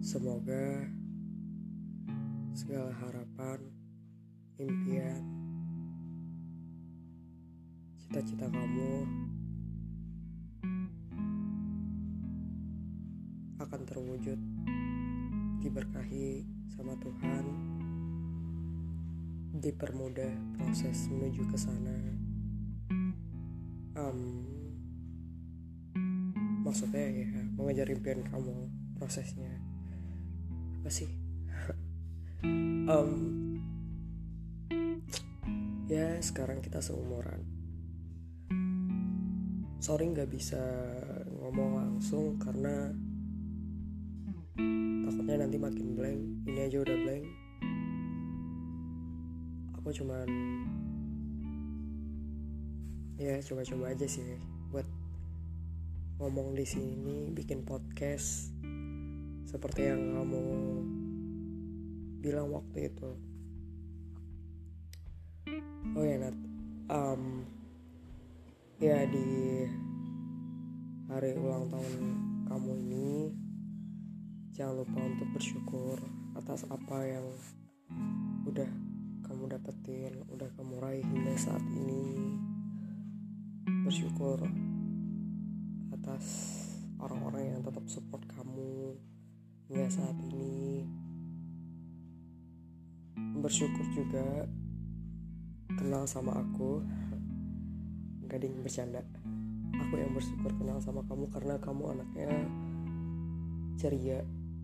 Semoga segala harapan, impian, cita-cita kamu akan terwujud, diberkahi sama Tuhan, dipermudah proses menuju ke sana. Maksudnya ya mengejar impian kamu, prosesnya apa sih? Ya sekarang kita seumuran. Sorry gak bisa ngomong langsung karena takutnya nanti makin blank. Ini aja udah blank. Aku cuman ya coba-coba aja sih buat ngomong di sini, bikin podcast seperti yang kamu bilang waktu itu. Oh ya Nat, ya di hari ulang tahun kamu ini jangan lupa untuk bersyukur atas apa yang udah kamu dapetin, udah kamu raih hingga saat ini. Bersyukur atas orang-orang yang tetap support kamu hingga saat ini. Bersyukur juga kenal sama aku. Gading bercanda. Aku yang bersyukur kenal sama kamu karena kamu anaknya ceria.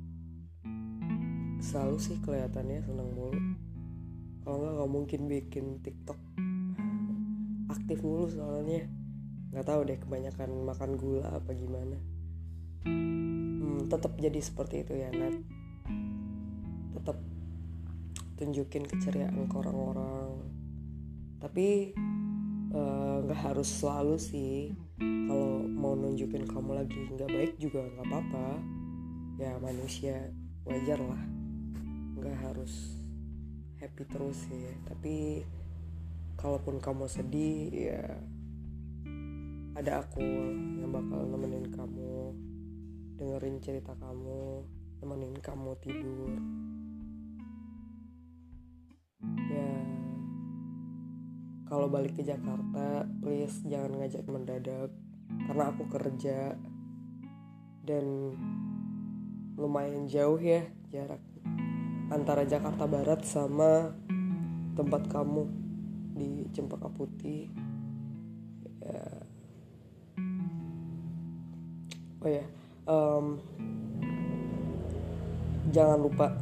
Selalu sih kelihatannya senang mulu. Kalau nggak mungkin bikin TikTok aktif mulu soalnya. Nggak tahu deh kebanyakan makan gula apa gimana. Tetap jadi seperti itu ya Nat. Tetap tunjukin keceriaan ke orang-orang. Tapi nggak harus selalu sih. Kalau mau nunjukin kamu lagi nggak baik juga nggak apa-apa. Ya manusia, wajar lah. Nggak harus happy terus sih. Tapi kalaupun kamu sedih ya ada aku yang bakal nemenin kamu, dengerin cerita kamu, nemenin kamu tidur. Ya kalau balik ke Jakarta, please jangan ngajak mendadak karena aku kerja dan lumayan jauh ya jarak antara Jakarta Barat sama tempat kamu di Cempaka Putih. Ya. Oh ya, jangan lupa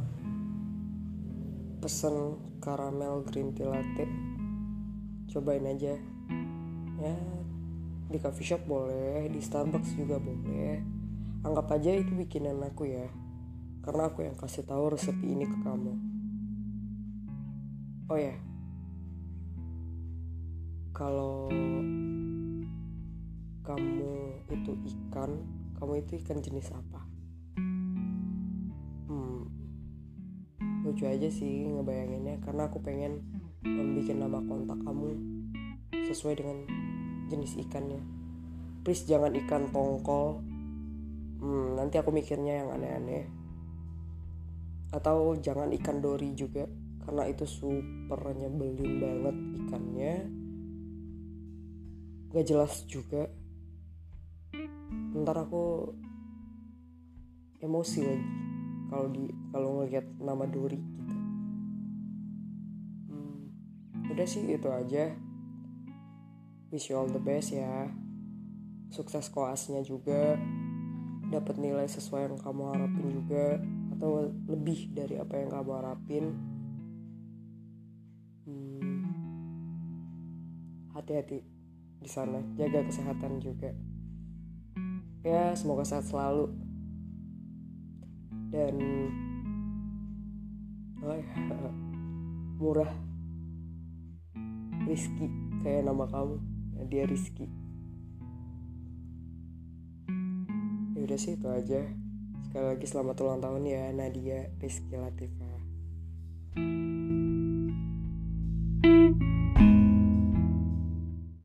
pesen caramel green tea latte. Cobain aja ya, di coffee shop boleh, di Starbucks juga boleh. Anggap aja itu bikinan aku ya, karena aku yang kasih tahu resep ini ke kamu. Oh ya, kalau kamu itu ikan jenis apa? Lucu aja sih ngebayanginnya, karena aku pengen bikin nama kontak kamu sesuai dengan jenis ikannya. Please jangan ikan tongkol. Nanti aku mikirnya yang aneh-aneh. Atau jangan ikan dori juga, karena itu super nyebelin banget ikannya. Gak jelas juga. Ntar aku emosi lagi kalau ngelihat nama dori gitu. Udah sih itu aja. Wish you all the best ya. Sukses koasnya juga. Dapat nilai sesuai yang kamu harapin juga, atau lebih dari apa yang kamu harapin. Hati-hati di sana, jaga kesehatan juga. Ya semoga sehat selalu. Dan murah Rizky kayak nama kamu, dia Rizky. Ya udah sih itu aja. Sekali lagi selamat ulang tahun ya Nadia Rizky Latifah.